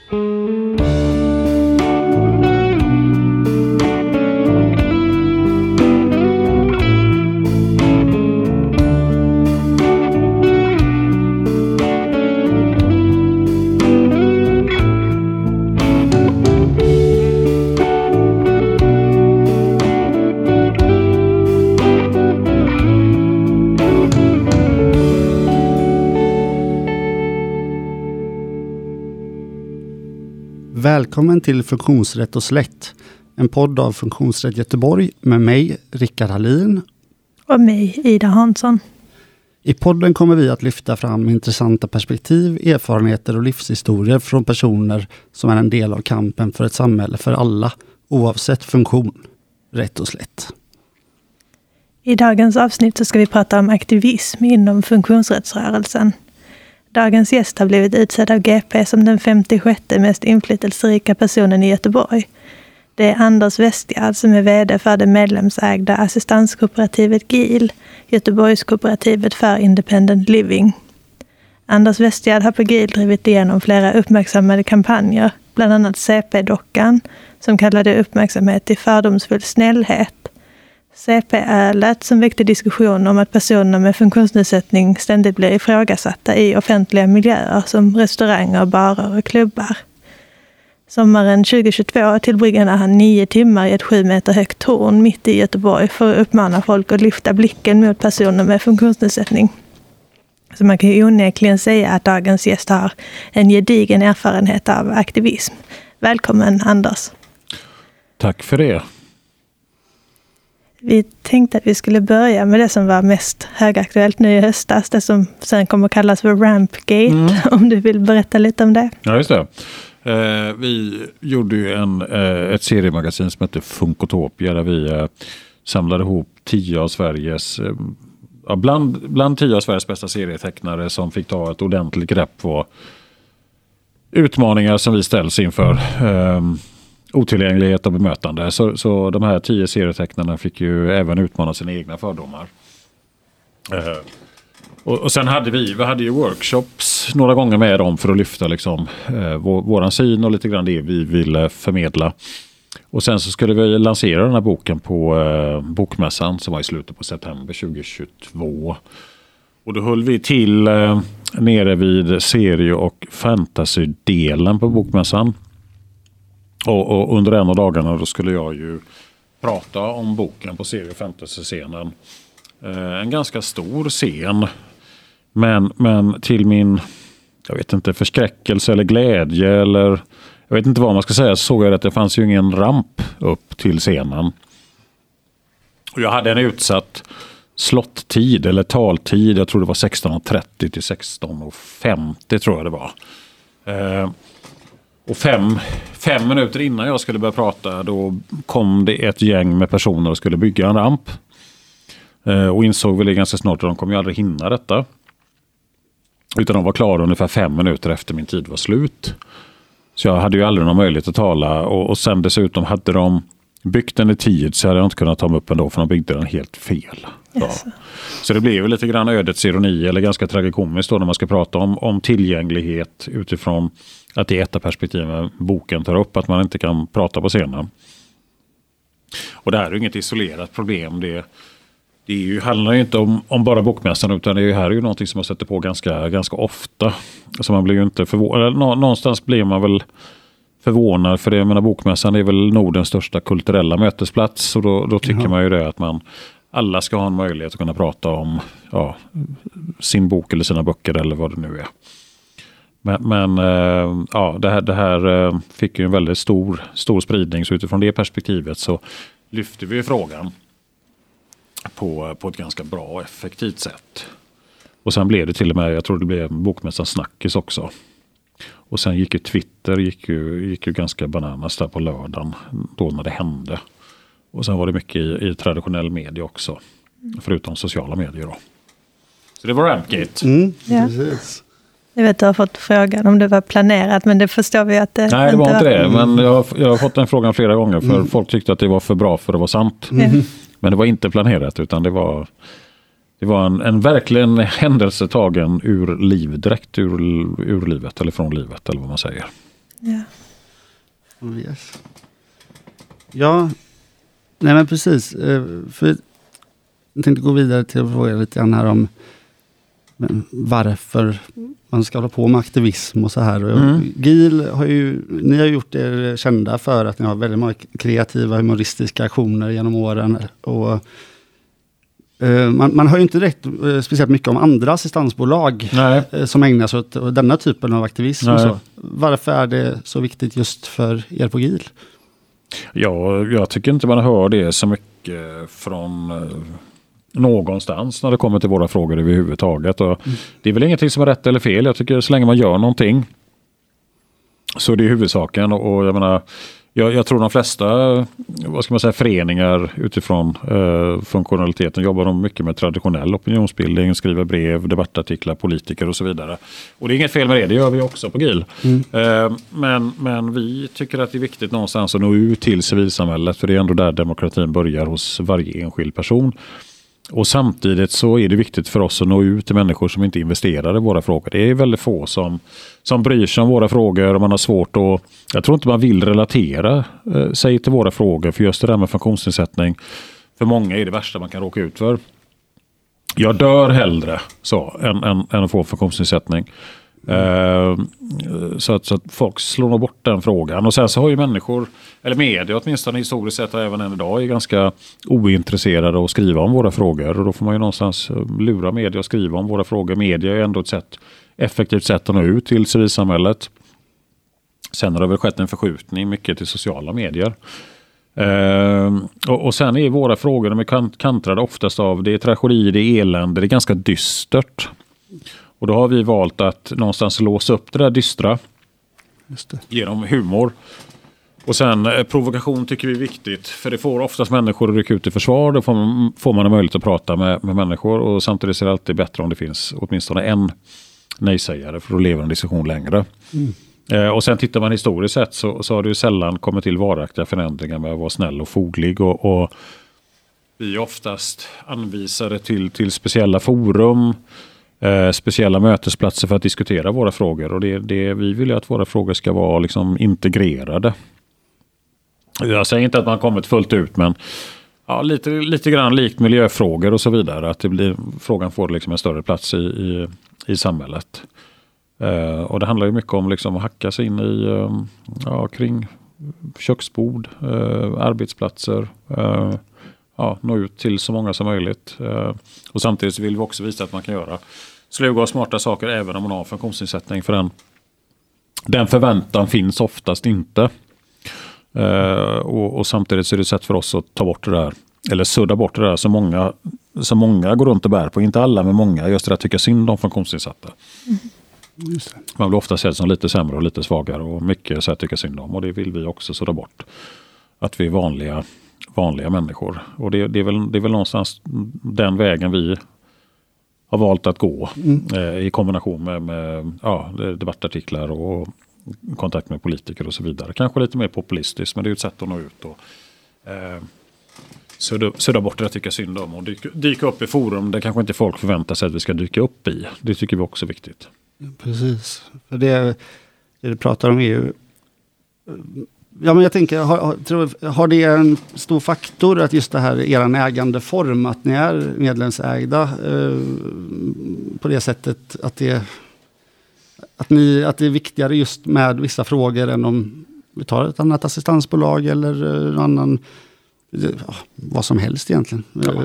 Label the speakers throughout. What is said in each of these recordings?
Speaker 1: Välkommen till Funktionsrätt och slätt, en podd av Funktionsrätt Göteborg med mig, Rickard Hallin.
Speaker 2: Och mig, Ida Hansson.
Speaker 1: I podden kommer vi att lyfta fram intressanta perspektiv, erfarenheter och livshistorier från personer som är en del av kampen för ett samhälle för alla, oavsett funktion, rätt och slätt.
Speaker 2: I dagens avsnitt så ska vi prata om aktivism inom funktionsrättsrörelsen. Dagens gäst har blivit utsedd av GP som den 56 mest inflytelserika personen i Göteborg. Det är Anders Westgård som är vd för det medlemsägda assistanskooperativet GIL, Göteborgskooperativet för Independent Living. Anders Westgård har på GIL drivit igenom flera uppmärksammade kampanjer, bland annat CP-dockan som kallade uppmärksamhet till fördomsfull snällhet. CP-ölet som väckte diskussion om att personer med funktionsnedsättning ständigt blir ifrågasatta i offentliga miljöer som restauranger, barer och klubbar. Sommaren 2022 tillbringade han 9 timmar i ett 7 meter högt torn mitt i Göteborg för att uppmana folk att lyfta blicken mot personer med funktionsnedsättning. Så man kan ju onekligen säga att dagens gäst har en gedigen erfarenhet av aktivism. Välkommen Anders.
Speaker 3: Tack för det.
Speaker 2: Vi tänkte att vi skulle börja med det som var mest högaktuellt nu i höstas. Det som sen kommer att kallas för Rampgate. Om du vill berätta lite om det.
Speaker 3: Ja, just det. Vi gjorde ju ett seriemagasin som heter Funkotopia där vi samlade ihop 10 av Sveriges, bland 10 av Sveriges bästa serietecknare som fick ta ett ordentligt grepp på utmaningar som vi ställs inför. Otillgänglighet och bemötande. Så de här 10 serietecknarna fick ju även utmana sina egna fördomar. Och sen hade vi hade ju workshops några gånger med dem för att lyfta liksom, våran syn och lite grann det vi ville förmedla. Och sen så skulle vi lansera den här boken på bokmässan som var i slutet på september 2022. Och då höll vi till nere vid serie- och fantasy-delen på bokmässan. Och under en av dagarna då skulle jag ju prata om boken på serie- och fantasy-scenen. En ganska stor scen. Men till min, jag vet inte, förskräckelse eller glädje eller jag vet inte vad man ska säga, så såg jag att det fanns ju ingen ramp upp till scenen. Och jag hade en utsatt slottid eller taltid, jag tror det var 16.30 till 16.50 tror jag det var. Och fem minuter innan jag skulle börja prata då kom det ett gäng med personer och skulle bygga en ramp. Och insåg väl det ganska snart att de kommer ju aldrig hinna detta. Utan de var klara ungefär 5 minuter efter min tid var slut. Så jag hade ju aldrig någon möjlighet att tala. Och sen dessutom hade de byggt den i tid så hade jag inte kunnat ta mig upp ändå för de byggde den helt fel. Yes. Så det blev ju lite grann ödets ironi eller ganska tragikomiskt då när man ska prata om tillgänglighet utifrån att det är ett av perspektiven boken tar upp att man inte kan prata på scenen. Och det här är ju inget isolerat problem. Det handlar ju inte om bara bokmässan utan det här är ju någonting som man sätter på ganska ofta. Så man blir ju inte förvånad. Någonstans blir man väl förvånad för det. Jag menar, bokmässan är väl Nordens största kulturella mötesplats och då tycker man ju det att alla ska ha en möjlighet att kunna prata om sin bok eller sina böcker eller vad det nu är. Men det här fick ju en väldigt stor spridning så utifrån det perspektivet så lyfte vi frågan på ett ganska bra och effektivt sätt. Och sen blev det till och med, jag tror det blev bokmässan snackis också. Och sen gick ju Twitter gick ju ganska bananas där på lördagen då när det hände. Och sen var det mycket i traditionell media också. Förutom sociala medier då. Så det var Rampgate.
Speaker 2: Ja. Precis. Jag vet att du har fått frågan om det var planerat, men det förstår vi att det inte var.
Speaker 3: Nej, det var inte det. Men jag har fått den frågan flera gånger för folk tyckte att det var för bra för att vara sant. Men det var inte planerat utan det var en verkligen händelse tagen ur liv, direkt ur livet eller från livet eller vad man säger.
Speaker 2: Ja.
Speaker 1: Yes. Ja, nej men precis. För jag tänkte gå vidare till att fråga lite grann här om varför man ska hålla på med aktivism och så här. GIL ni har gjort er kända för att ni har väldigt många kreativa humoristiska aktioner genom åren. Och man hör ju inte direkt speciellt mycket om andra assistansbolag som ägnar sig åt denna typen av aktivism. Och så. Varför är det så viktigt just för er på GIL?
Speaker 3: Ja, jag tycker inte man hör det så mycket från någonstans när det kommer till våra frågor överhuvudtaget. Och det är väl ingenting som är rätt eller fel. Jag tycker så länge man gör någonting så är det huvudsaken. Och jag menar, jag tror de flesta, vad ska man säga, föreningar utifrån funktionaliteten jobbar de mycket med traditionell opinionsbildning, skriver brev, debattartiklar, politiker och så vidare. Och det är inget fel med det gör vi också på GIL. Men vi tycker att det är viktigt någonstans att nå ut till civilsamhället, för det är ändå där demokratin börjar, hos varje enskild person. Och samtidigt så är det viktigt för oss att nå ut till människor som inte investerar i våra frågor. Det är väldigt få som bryr sig om våra frågor, och man har svårt att, jag tror inte man vill relatera sig till våra frågor, för just det där med funktionsnedsättning för många är det värsta man kan råka ut för. Jag dör hellre så än att få funktionsnedsättning. Så att folk slår nog bort den frågan. Och sen så har ju människor, eller media åtminstone historiskt sett och även än idag, är ganska ointresserade av att skriva om våra frågor. Och då får man ju någonstans lura media att skriva om våra frågor. Media är ändå ett effektivt sätt att nå ut till civilsamhället. Sen har det väl skett en förskjutning mycket till sociala medier. Och sen är våra frågor, de är kantrade oftast av, det är tragedi, det är elände, det är ganska dystert. Och då har vi valt att någonstans låsa upp det där dystra genom humor. Och sen provokation tycker vi är viktigt, för det får oftast människor att rycka ut i försvar. Då får man en möjlighet att prata med människor, och samtidigt är det alltid bättre om det finns åtminstone en nej-sägare, för att leva en diskussion längre. Och sen tittar man historiskt sett så har det ju sällan kommit till varaktiga förändringar med att vara snäll och foglig, och vi är oftast anvisade till speciella forum, speciella mötesplatser för att diskutera våra frågor, och vi vill ju att våra frågor ska vara liksom integrerade. Jag säger inte att man kommit fullt ut, men ja, lite grann likt miljöfrågor och så vidare, att frågan får liksom en större plats i samhället. Och det handlar ju mycket om liksom att hacka sig in i kring köksbord, arbetsplatser, nå ut till så många som möjligt. Och samtidigt vill vi också visa att man kan göra sluga och smarta saker även om man har funktionsnedsättning, för den förväntan finns oftast inte. Och samtidigt så är det ett sätt för oss att ta bort det där, eller sudda bort det där så många går runt och bär på, inte alla men många, just det där tycker synd om funktionsnedsatta. Man blir ofta sedd som lite sämre och lite svagare, och mycket så här tycker synd om, och det vill vi också sudda bort. Att vi är vanliga människor, och det är väl någonstans den vägen vi har valt att gå i kombination med debattartiklar och kontakt med politiker och så vidare. Kanske lite mer populistiskt, men det är ett sätt att nå ut och sudda bort det jag tycker synd om, och dyka upp i forum där kanske inte folk förväntar sig att vi ska dyka upp i. Det tycker vi också är viktigt.
Speaker 1: Precis. För det du pratar om är ju... Ja, men jag tänker, har det en stor faktor att just det här er ägandeform, att ni är medlemsägda på det sättet att det är viktigare just med vissa frågor än om vi tar ett annat assistansbolag eller en annan, vad som helst egentligen.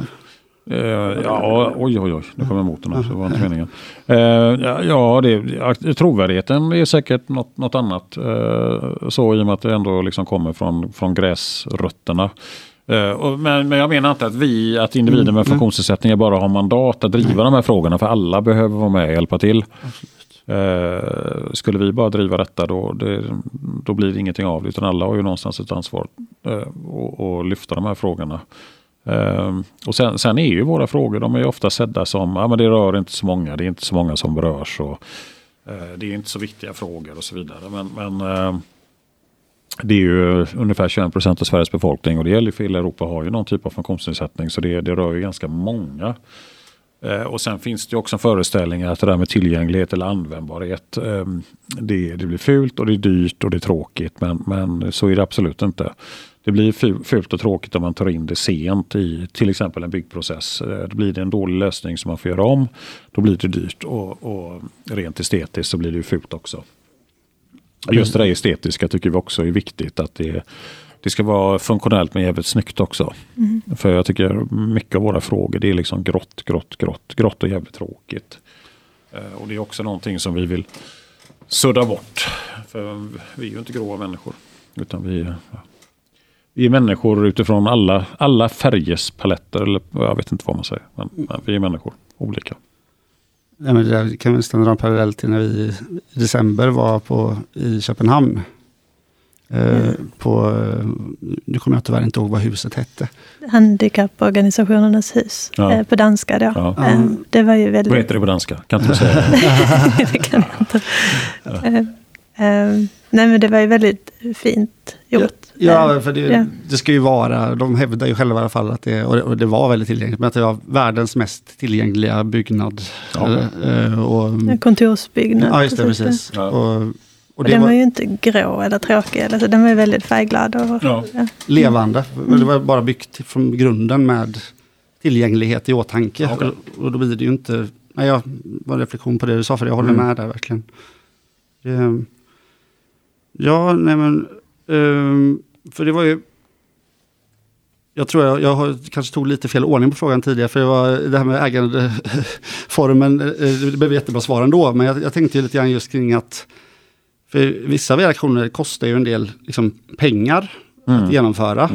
Speaker 1: Oj, nu kommer motorn här, så var inte meningen. Trovärdigheten är säkert något annat, så i och med att det ändå liksom kommer från gräsrötterna. Men jag menar inte att individer med funktionsnedsättningar bara har mandat att driva de här frågorna, för alla behöver vara med och hjälpa till. Skulle vi bara driva detta då blir det ingenting av det, utan alla har ju någonstans ett ansvar att lyfta de här frågorna. Och sen är ju våra frågor, de är ju ofta sedda som men det rör inte så många, det är inte så många som berörs, och det är inte så viktiga frågor och så vidare, men det är ju ungefär 21% av Sveriges befolkning, och det gäller för hela Europa har ju någon typ av funktionsnedsättning, så det rör ju ganska många
Speaker 3: Och sen finns det också en föreställning att det där med tillgänglighet eller användbarhet, det blir fult och det är dyrt och det är tråkigt. Men så är det absolut inte. Det blir fult och tråkigt om man tar in det sent i till exempel en byggprocess. Då blir det en dålig lösning som man får göra om. Då blir det dyrt och rent estetiskt så blir det ju fult också. Just det där estetiska tycker vi också är viktigt. Att det ska vara funktionellt men jävligt snyggt också. För jag tycker mycket av våra frågor det är liksom grått och jävligt tråkigt. Och det är också någonting som vi vill sudda bort. För vi är ju inte gråa människor. Utan vi är människor utifrån alla färges paletter. Eller jag vet inte vad man säger. Men vi är människor. Olika.
Speaker 1: Ja, men det där kan vi nästan dra en parallell till när vi i december var i Köpenhamn. Nu kommer jag tyvärr inte ihåg vad huset hette.
Speaker 2: Handikapporganisationernas hus på danska då. Ja. Det var ju väldigt...
Speaker 3: Vad heter det på danska? Kan inte du säga
Speaker 2: det kan jag inte. Nej, men det var ju väldigt fint gjort.
Speaker 1: Ja, för det ska ju vara, de hävdar ju själva i alla fall att och det var väldigt tillgängligt, men att det var världens mest tillgängliga byggnad.
Speaker 2: Kontorsbyggnad.
Speaker 1: Ja, just det, precis. Ja.
Speaker 2: Och den var ju inte grå eller tråkig, alltså den var ju väldigt färgglad och
Speaker 1: levande. Det var bara byggt från grunden med tillgänglighet i åtanke. Okay. Och då blir det ju inte... Nej, jag var en reflektion på det du sa, för jag håller med där verkligen. För det var ju... Jag tror jag kanske tog lite fel ordning på frågan tidigare, för det här med ägandeformen, det blev jättebra svar ändå, men jag tänkte ju lite grann just kring att för vissa av era aktioner kostar ju en del liksom, pengar att genomföra.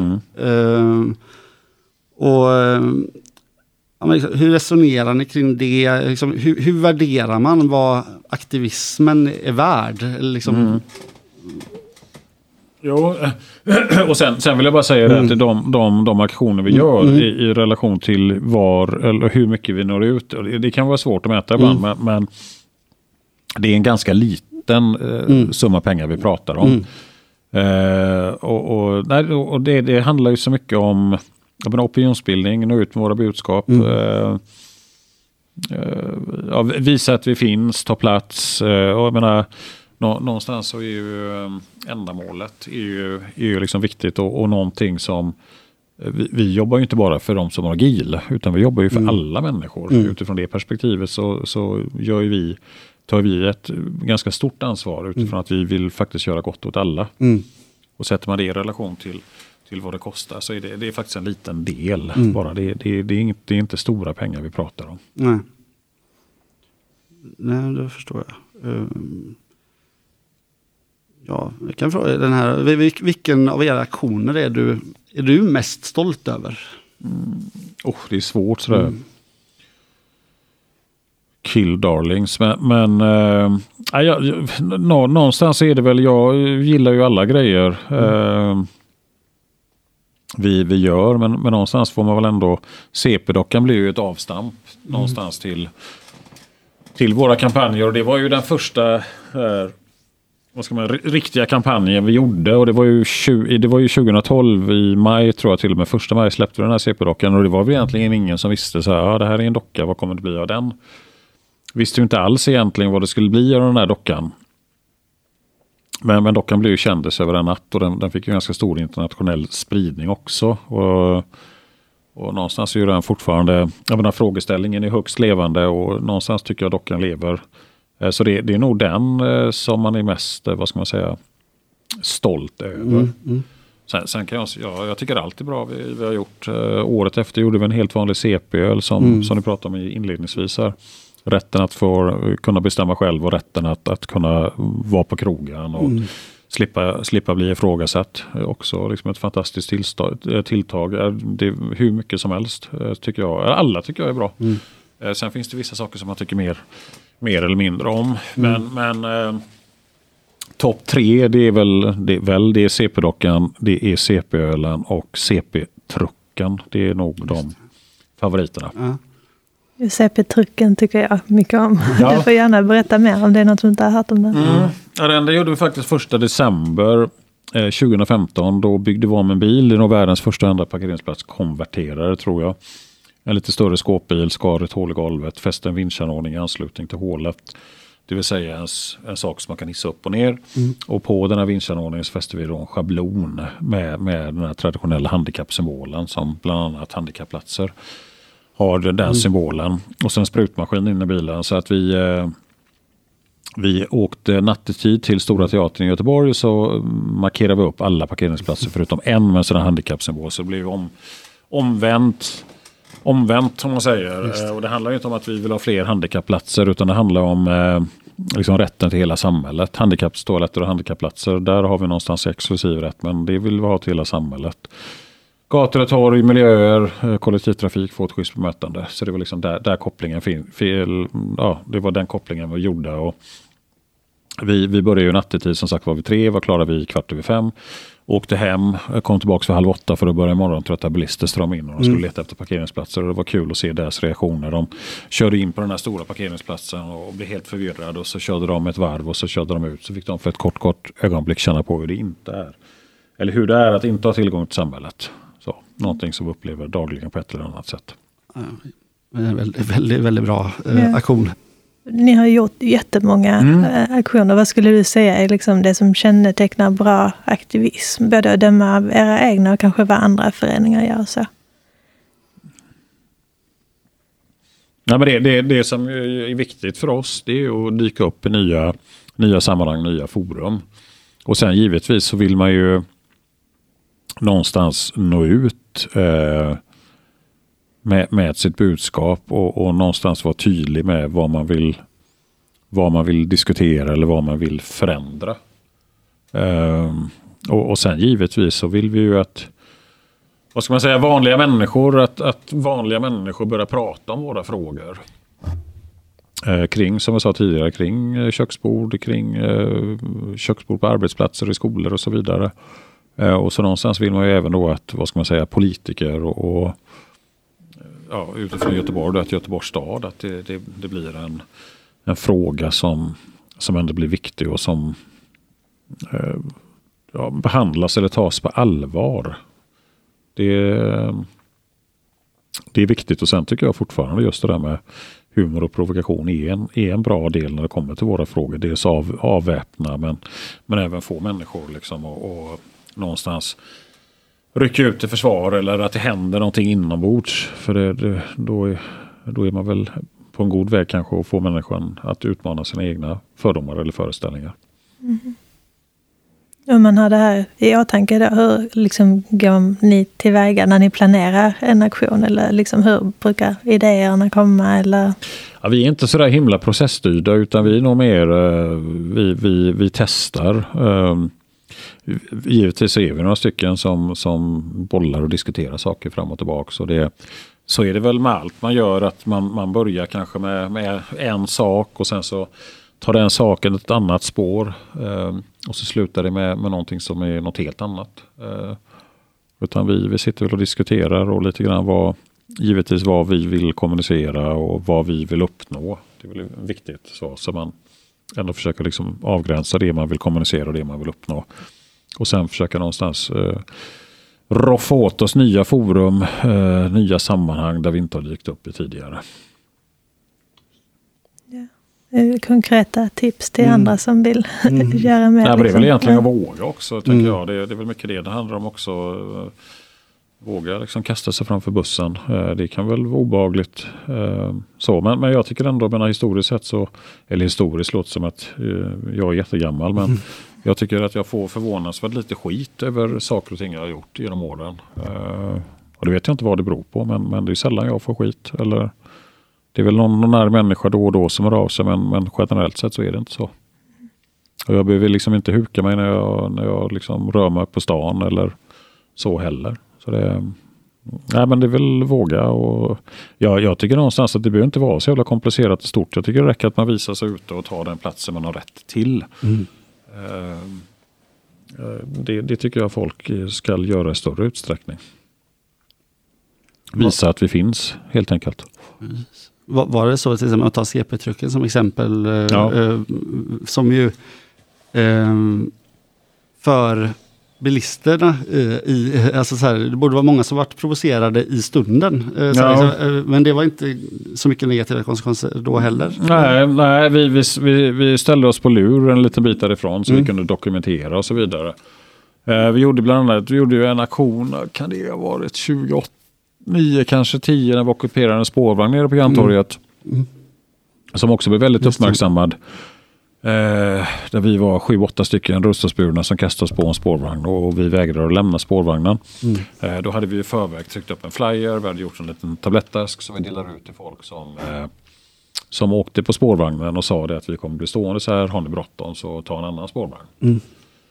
Speaker 1: Hur resonerar ni kring det? Liksom, hur värderar man vad aktivismen är värd? Liksom?
Speaker 3: Jo, och sen vill jag bara säga det att de aktioner vi gör i relation till var eller hur mycket vi når ut. Det kan vara svårt att mäta ibland, men det är en ganska liten summa pengar vi pratar om. Och det handlar ju så mycket om opinionsbildning, nå ut med våra budskap. Visa att vi finns, ta plats. Och jag menar, någonstans så är ju ändamålet är ju liksom viktigt och någonting som vi jobbar ju inte bara för de som har GIL, utan vi jobbar ju för alla människor. Utifrån det perspektivet så tar vi ett ganska stort ansvar utifrån att vi vill faktiskt göra gott åt alla. Och sätter man det i relation till vad det kostar så är det är faktiskt en liten del bara. Det är inte stora pengar vi pratar om.
Speaker 1: Nej, det förstår jag. Jag kan fråga den här, vilken av era aktioner är du mest stolt över?
Speaker 3: Det är svårt sådär. Kill darlings, men någonstans är det väl, jag gillar ju alla grejer vi gör, men någonstans får man väl ändå, CP-dockan blir ju ett avstamp någonstans till våra kampanjer, och det var ju den första riktiga kampanjen vi gjorde, och det var ju 2012 i maj, tror jag, till och med 1 maj släppte vi den här CP-dockan, och det var väl egentligen ingen som visste så här, det här är en docka, vad kommer det bli av den? Visste ju inte alls egentligen vad det skulle bli av den här dockan. Men dockan blev ju kändis över en natt, och den fick ju ganska stor internationell spridning också. Och någonstans är ju den fortfarande, jag menar, frågeställningen är högst levande, och någonstans tycker jag dockan lever. Så det är nog den som man är mest, vad ska man säga, stolt över. Sen kan jag tycker allt är bra vi har gjort. Året efter gjorde vi en helt vanlig CP-öl som ni pratade om inledningsvis här. Rätten att få kunna bestämma själv, och rätten att kunna vara på krogen och slippa bli ifrågasatt. Också liksom ett fantastiskt tilltag. Det är hur mycket som helst, tycker jag. Alla tycker jag är bra. Sen finns det vissa saker som man tycker mer eller mindre om. Men topp 3, det är CP-dockan, det är CP-ölen och CP-trucken. Det är nog de favoriterna.
Speaker 2: CP-trucken tycker jag mycket om. Ja. Du får gärna berätta mer om det är något som inte har hört om den.
Speaker 3: Ja, den gjorde vi faktiskt 1 december 2015. Då byggde vi om en bil. Det är nog världens första och enda parkeringsplats konverterare, tror jag. en lite större skåpbil skar ett hål i golvet, fäste en vindkärnordning i anslutning till hålet. Det vill säga en sak som man kan hissa upp och ner. Och på den här vindkärnordningen så fäster vi då en schablon med den här traditionella handikappsymbolen som bland annat handikappplatser har den symbolen. Och sen sprutmaskin in i bilen så att vi åkte nattetid till Stora Teatern i Göteborg, så markerade vi upp alla parkeringsplatser förutom en med en sån här handikappsymbol. Så det blev omvänt som man säger. Och det handlar ju inte om att vi vill ha fler handikappplatser, utan det handlar om liksom rätten till hela samhället. Handikappstoaletter och handikappplatser, där har vi någonstans exklusiv rätt, men det vill vi ha till hela samhället. Gator och torg, miljöer, kollektivtrafik får ett schysst bemötande. Så det var liksom där kopplingen det var den kopplingen vi gjorde. Och vi började ju nattetid som sagt var vid 3, var klara vid 4:15. Åkte hem, kom tillbaka vid 7:30 för att börja imorgon. Trötta bilister ström in och de skulle leta efter parkeringsplatser. Och det var kul att se deras reaktioner. De körde in på den här stora parkeringsplatsen och blev helt förvirrade. Och så körde de ett varv och så körde de ut. Så fick de för ett kort ögonblick känna på hur det inte är. Eller hur det är att inte ha tillgång till samhället. Så, någonting som vi upplever dagligen på ett eller annat sätt.
Speaker 1: Väldigt, väldigt bra aktion.
Speaker 2: Ni har gjort jättemånga aktioner. Vad skulle du säga är liksom det som kännetecknar bra aktivism? Både att döma av era egna och kanske vad andra föreningar gör så.
Speaker 3: Nej, men det som är viktigt för oss, det är att dyka upp i nya sammanhang, nya forum. Och sen givetvis så vill man ju någonstans nå ut med sitt budskap och någonstans vara tydlig med vad man vill diskutera eller vad man vill förändra. Och sen givetvis så vill vi ju att, vad ska man säga, vanliga människor börjar prata om våra frågor. Kring, som jag sa tidigare, kring köksbord på arbetsplatser, i skolor och så vidare. Och så någonstans vill man ju även då att, vad ska man säga, politiker och utifrån Göteborg, att Göteborgs stad, att det blir en fråga som ändå blir viktig och som behandlas eller tas på allvar. Det är viktigt, och sen tycker jag fortfarande just det där med humor och provokation är en bra del när det kommer till våra frågor. Dels avväpna men även få människor liksom och någonstans rycka ut till försvar eller att det händer någonting inombords. För då är man väl på en god väg kanske att få människan att utmana sina egna fördomar eller föreställningar.
Speaker 2: Om man har det här i åtanke då, hur liksom går ni tillväga när ni planerar en aktion? Eller liksom hur brukar idéerna komma? Eller?
Speaker 3: Ja, vi är inte så där himla processstyrda, utan vi är nog mer vi testar. Givetvis är vi några stycken som bollar och diskuterar saker fram och tillbaka. Så är det väl med allt man gör, att man börjar kanske med en sak och sen så tar den saken ett annat spår och så slutar det med någonting som är något helt annat. Utan vi sitter väl och diskuterar och lite grann givetvis vad vi vill kommunicera och vad vi vill uppnå. Det är väl viktigt så man ändå försöker liksom avgränsa det man vill kommunicera och det man vill uppnå. Och sen försöka någonstans roffa åt oss nya forum, nya sammanhang där vi inte har dykt upp i tidigare.
Speaker 2: Konkreta tips till andra som vill göra mer.
Speaker 3: Ja, men det är väl egentligen att våga också, tänker jag. Det är väl mycket det handlar om också. Våga liksom kasta sig framför bussen. Det kan väl vara obehagligt. Men jag tycker ändå, historiskt sett så, eller historiskt låter som att jag är jättegammal, men jag tycker att jag får förvånansvärt lite skit över saker och ting jag har gjort genom åren. Och det vet jag inte vad det beror på, men det är sällan jag får skit. Eller det är väl någon nära människa då och då som hör av sig, men generellt sett så är det inte så. Och jag behöver liksom inte huka mig när jag liksom rör mig på stan eller så heller. Så men det är väl våga, och jag tycker någonstans att det behöver inte vara så jävla komplicerat och stort. Jag tycker det räcker att man visar sig ute och tar den platsen man har rätt till. Det tycker jag folk ska göra i större utsträckning. Visa att vi finns, helt enkelt.
Speaker 1: Var det så, till exempel att ta CP-trucken som exempel, som ju för bilisterna alltså så här, det borde vara många som varit provocerade i stunden. Men det var inte så mycket negativa konsekvenser då heller.
Speaker 3: Nej, vi ställde oss på lur en liten bit därifrån så vi kunde dokumentera och så vidare. Vi gjorde bland annat en aktion, kan det ha varit 2009, kanske 10, när vi ockuperade en spårvagn nere på Järntorget. Som också blev väldigt uppmärksammad. Där vi var 7-8 stycken rullstolsburna som kastade oss på en spårvagn och vi vägrade att lämna spårvagnen. Då hade vi i förväg tryckt upp en flyer, vi hade gjort en liten tablettask som vi delade ut till folk som åkte på spårvagnen och sa det att vi kommer bli stående så här, har ni bråttom så ta en annan spårvagn.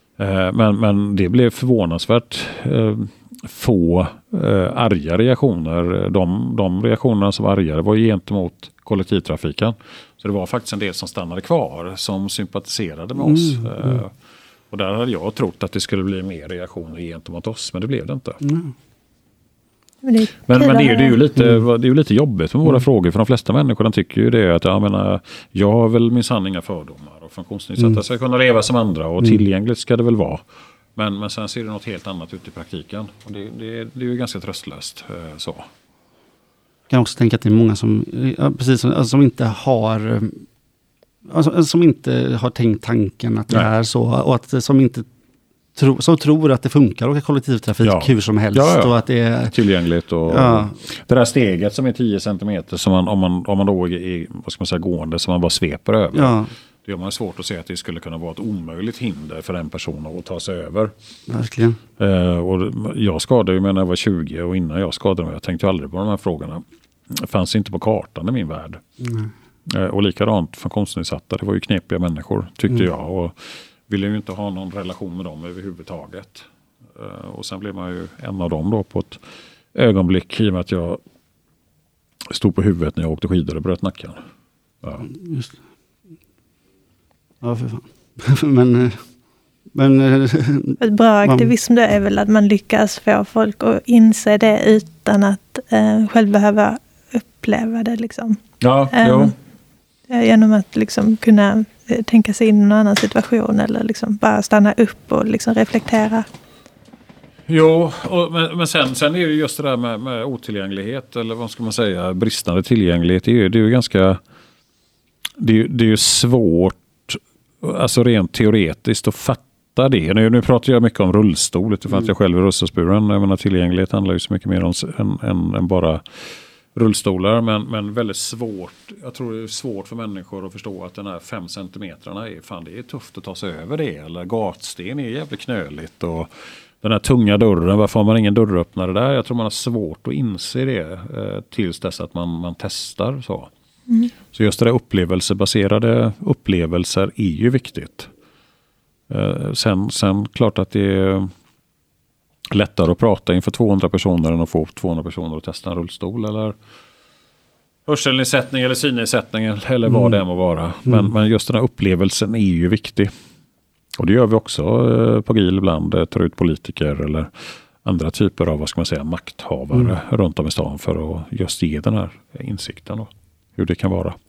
Speaker 3: Men det blev förvånansvärt få arga reaktioner. De reaktionerna som var argare var gentemot kollektivtrafiken. Så det var faktiskt en del som stannade kvar som sympatiserade med oss. Och där hade jag trott att det skulle bli mer reaktioner gentemot oss, men det blev det inte. Men det är ju lite jobbigt med våra frågor, för de flesta människor tycker ju det att jag har väl minsann inga fördomar och funktionsnedsatta ska kunna leva som andra och tillgängligt ska det väl vara. Men sen ser det något helt annat ut i praktiken och det är ju ganska tröstlöst så.
Speaker 1: Jag kan också tänka att det är många som som inte har som inte har tänkt tanken att det är så och att som tror att det funkar och kollektivtrafik hur som helst och att det är
Speaker 3: tillgängligt och det där steget som är 10 centimeter som om man då är, vad ska man säga, gående som man bara sveper över. Det gör man svårt att se att det skulle kunna vara ett omöjligt hinder för en person att ta sig över.
Speaker 1: Verkligen.
Speaker 3: Och jag skadade ju när jag var 20 och innan jag skadade mig, jag tänkte ju aldrig på de här frågorna. Det fanns inte på kartan i min värld. Och likadant funktionsnedsatta, det var ju knepiga människor tyckte jag och ville ju inte ha någon relation med dem överhuvudtaget. Och sen blev man ju en av dem då på ett ögonblick i och med att jag stod på huvudet när jag åkte skidor och bröt nacken.
Speaker 1: Just det. Ja, för fan. Men
Speaker 2: ett bra aktivism då är väl att man lyckas få folk att inse det utan att själv behöva uppleva det liksom. Genom att liksom kunna tänka sig in i någon annan situation eller liksom bara stanna upp och liksom reflektera.
Speaker 3: Jo, men sen är det just det där med otillgänglighet eller vad ska man säga, bristande tillgänglighet. Det är ju ganska det är ju svårt, alltså rent teoretiskt att fatta det. Nu pratar jag mycket om rullstol utifrån att jag själv är rullstolsburen. Jag menar, tillgänglighet handlar ju så mycket mer om än bara rullstolar, men väldigt svårt. Jag tror det är svårt för människor att förstå att den här 5 centimetrarna det är tufft att ta sig över det. Eller gatsten är jävligt knöligt och den här tunga dörren, varför har man ingen dörröppnare där? Jag tror man har svårt att inse det tills dess att man testar så. Så just det där upplevelsebaserade upplevelser är ju viktigt. Sen klart att det är lättare att prata inför 200 personer än att få 200 personer att testa en rullstol eller hörselnedsättning eller synnedsättning eller vad det må vara. Men just den här upplevelsen är ju viktig. Och det gör vi också på GIL ibland, tar ut politiker eller andra typer av, vad ska man säga, makthavare runt om i stan för att just ge den här insikten och hur det kan vara.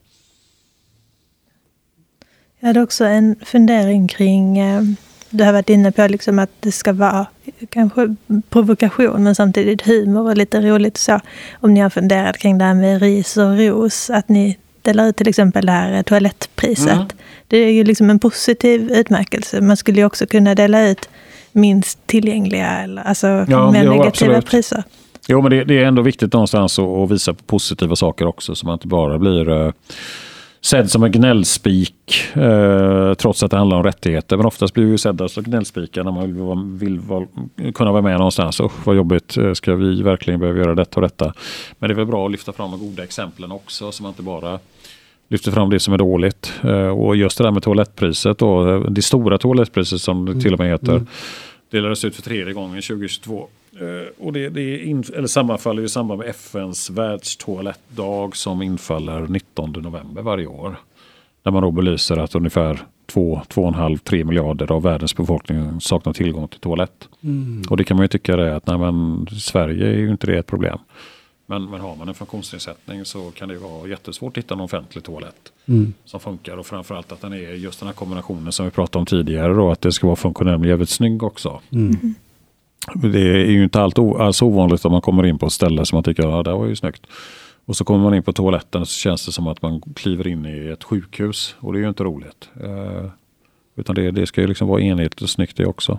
Speaker 2: Jag hade också en fundering kring, du har varit inne på liksom att det ska vara kanske provokation men samtidigt humor och lite roligt så. Om ni har funderat kring det här med ris och ros, att ni delar ut till exempel det här toalettpriset. Det är ju liksom en positiv utmärkelse. Man skulle ju också kunna dela ut minst tillgängliga eller alltså med negativa absolut. Priser.
Speaker 3: Jo, men det är ändå viktigt någonstans att visa på positiva saker också så man inte bara blir sedd som en gnällspik trots att det handlar om rättigheter. Men oftast blir vi ju sedda som gnällspikar när man vill kunna vara med någonstans. Vad jobbigt, ska vi verkligen behöva göra detta och detta? Men det är väl bra att lyfta fram de goda exemplen också så man inte bara lyfter fram det som är dåligt. Och just det där med toalettpriset då, det stora toalettpriset som det till och med heter delades ut för 3:e gången 2022. Och det sammanfaller i samband med FNs världstoalettdag som infaller 19 november varje år. Där man då belyser att ungefär 2,5-3 miljarder av världens befolkning saknar tillgång till toalett. Och det kan man ju tycka är att nej, men Sverige är ju inte det ett problem. Men har man en funktionsnedsättning så kan det vara jättesvårt att hitta en offentlig toalett som funkar. Och framförallt att den är just den här kombinationen som vi pratade om tidigare då, att det ska vara funktionell men jävligt snygg också. Det är ju inte alls ovanligt att man kommer in på ett ställe som man tycker, ja, det var ju snyggt. Och så kommer man in på toaletten och så känns det som att man kliver in i ett sjukhus. Och det är ju inte roligt. Utan det ska ju liksom vara enhetligt och snyggt det också.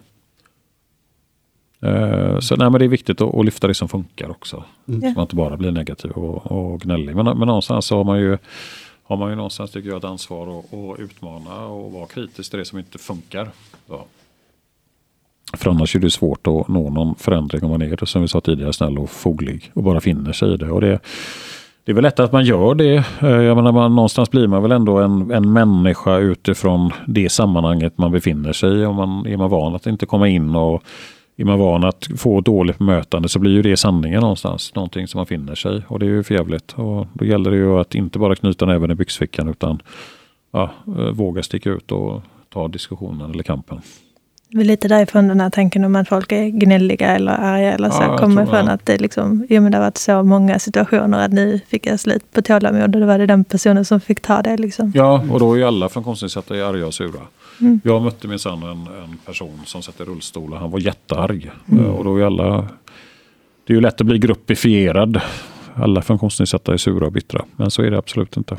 Speaker 3: Så nej, men det är viktigt att lyfta det som funkar också. Så man inte bara blir negativ och gnällig. Men någonstans så har man ju någonstans, tycker jag, ett ansvar att utmana och vara kritisk till det som inte funkar. Ja. För annars är det svårt att nå någon förändring om man är det, som vi sa tidigare, snäll och foglig och bara finner sig i det. Och det är väl lätt att man gör det. Jag menar, någonstans blir man väl ändå en människa utifrån det sammanhanget man befinner sig i. Är man van att inte komma in och är man van att få dåligt bemötande, så blir ju det sanningen någonstans. Någonting som man finner sig. Och det är ju för jävligt. Och då gäller det ju att inte bara knyta näven i byxfickan, utan våga sticka ut och ta diskussionen eller kampen.
Speaker 2: Det är lite därifrån den här tanken om att folk är gnälliga eller arga eller så kommer från att det liksom, men det har varit så många situationer att nu fick jag slut på tålamod och då var det den personen som fick ta det liksom. Ja,
Speaker 3: och då är ju alla funktionsnedsatta arga och sura. Jag mötte minsann en person som satt i rullstol och han var jättearg. Och då är alla, det är ju lätt att bli gruppifierad. Alla funktionsnedsatta är sura och bittra, men så är det absolut inte.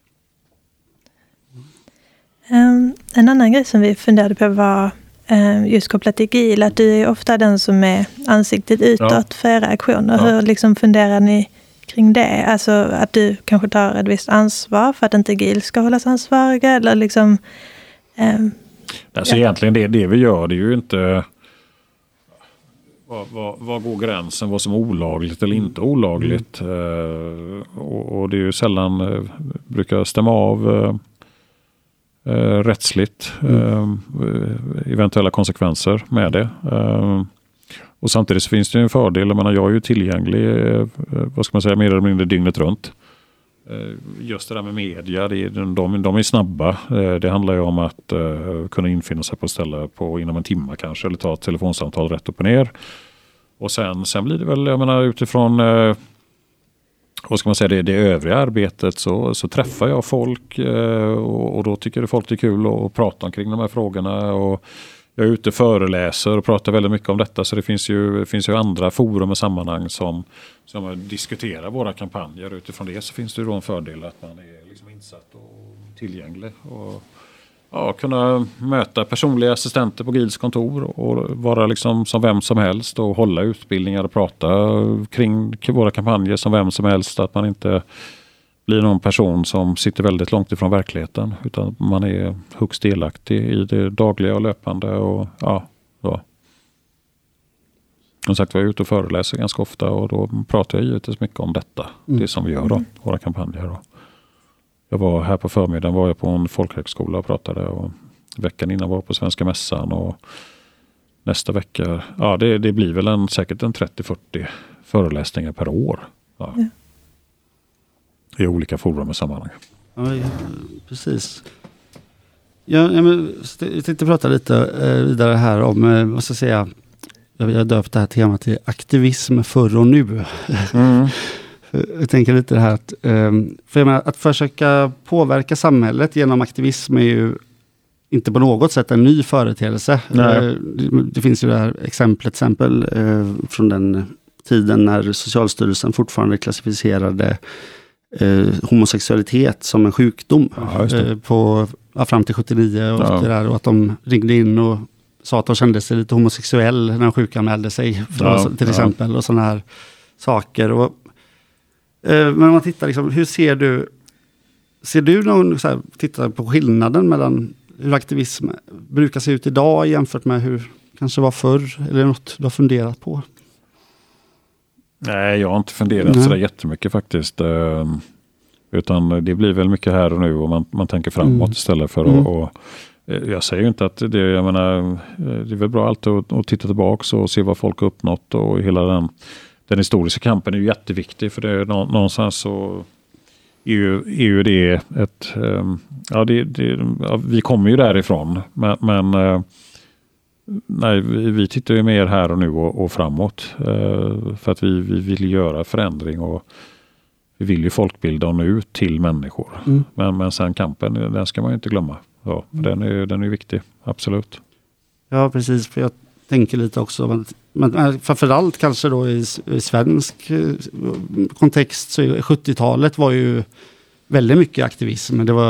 Speaker 2: En annan grej som vi funderade på var just kopplat till GIL, att du är ofta den som är ansiktet utåt för era aktioner. Hur liksom funderar ni kring det? Alltså att du kanske tar ett visst ansvar för att inte GIL ska hållas ansvariga, eller liksom...
Speaker 3: Alltså egentligen det vi gör, det är ju inte... Vad går gränsen? Vad som är olagligt eller inte olagligt? Och det är ju sällan... brukar stämma av... rättsligt eventuella konsekvenser med det. Och samtidigt så finns det ju en fördel. Jag är ju tillgänglig vad ska man säga, mer eller mindre dygnet runt. Just det där med media, de är snabba. Det handlar ju om att kunna infinna sig på ett ställe inom en timme kanske, eller ta ett telefonsamtal rätt upp och ner. Och sen blir det väl, utifrån vad ska man säga, det övriga arbetet så träffar jag folk och då tycker folk det är kul att prata omkring de här frågorna, och jag är ute och föreläser och pratar väldigt mycket om detta, så det finns ju andra forum och sammanhang som diskuterar våra kampanjer. Utifrån det så finns det ju då en fördel att man är liksom insatt och tillgänglig och kunna möta personliga assistenter på GILs kontor och vara liksom som vem som helst och hålla utbildningar och prata kring våra kampanjer som vem som helst, att man inte blir någon person som sitter väldigt långt ifrån verkligheten, utan man är högst delaktig i det dagliga och löpande. Och som sagt, jag är ute och föreläser ganska ofta, och då pratar jag givetvis mycket om detta, det som vi gör då, våra kampanjer då. Jag var här på förmiddagen på en folkhögskola och pratade, och veckan innan var jag på Svenska mässan, och nästa vecka, det blir väl säkert en 30-40 föreläsningar per år. Ja. I olika forum och sammanhang.
Speaker 1: Ja, precis. Jag tänkte prata lite vidare här om, vad ska jag säga, jag har döpt det här temat till aktivism förr och nu. Jag tänker lite det här att försöka påverka samhället genom aktivism är ju inte på något sätt en ny företeelse. Det finns ju det här exempel från den tiden när Socialstyrelsen fortfarande klassificerade homosexualitet som en sjukdom fram till 79 och det där, och att de ringde in och sa att de kände sig lite homosexuell när de sjukanmälde sig till exempel, och sådana här saker. Och men om man tittar liksom, hur ser du någon så här, tittar på skillnaden mellan hur aktivism brukar se ut idag jämfört med hur kanske var förr, eller något du har funderat på?
Speaker 3: Nej, jag har inte funderat sådär jättemycket faktiskt. Utan det blir väl mycket här och nu, och man tänker framåt istället för att... Jag säger ju inte att det är väl bra alltid att titta tillbaka och se vad folk har uppnått, och hela den historiska kampen är ju jätteviktig, för det är någonstans så är ju det ett... vi kommer ju därifrån, men Nej, vi tittar ju mer här och nu och framåt. För att vi vill göra förändring och vi vill ju folkbilda och nu till människor. Men sen kampen, den ska man ju inte glömma. Ja, för den är viktig, absolut.
Speaker 1: Ja, precis. För jag tänker lite också, men framförallt kanske då i svensk kontext så 70-talet var ju väldigt mycket aktivism. Det